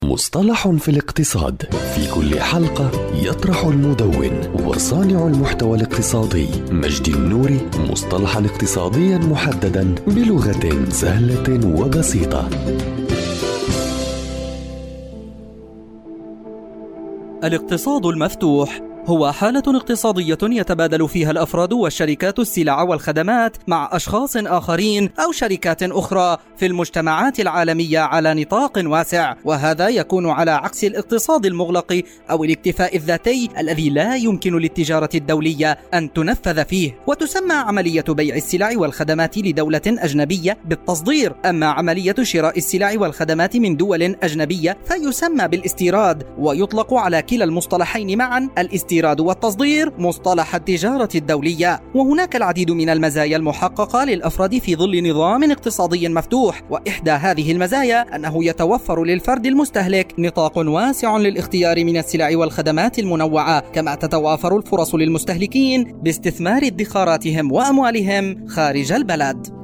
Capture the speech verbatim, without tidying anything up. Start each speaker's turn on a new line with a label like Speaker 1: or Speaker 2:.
Speaker 1: مصطلح في الاقتصاد. في كل حلقة يطرح المدون وصانع المحتوى الاقتصادي مجدي النوري مصطلحا اقتصاديا محددا بلغة سهلة وبسيطة.
Speaker 2: الاقتصاد المفتوح هو حالة اقتصادية يتبادل فيها الأفراد والشركات السلع والخدمات مع أشخاص آخرين أو شركات أخرى في المجتمعات العالمية على نطاق واسع، وهذا يكون على عكس الاقتصاد المغلق أو الاكتفاء الذاتي الذي لا يمكن للتجارة الدولية أن تنفذ فيه. وتسمى عملية بيع السلع والخدمات لدولة أجنبية بالتصدير، أما عملية شراء السلع والخدمات من دول أجنبية فيسمى بالاستيراد، ويطلق على كلا المصطلحين معا الاستيراد الاستيراد والتصدير مصطلح التجارة الدولية. وهناك العديد من المزايا المحققة للأفراد في ظل نظام اقتصادي مفتوح، وإحدى هذه المزايا أنه يتوفر للفرد المستهلك نطاق واسع للاختيار من السلع والخدمات المنوعة، كما تتوافر الفرص للمستهلكين باستثمار ادخاراتهم وأموالهم خارج البلد.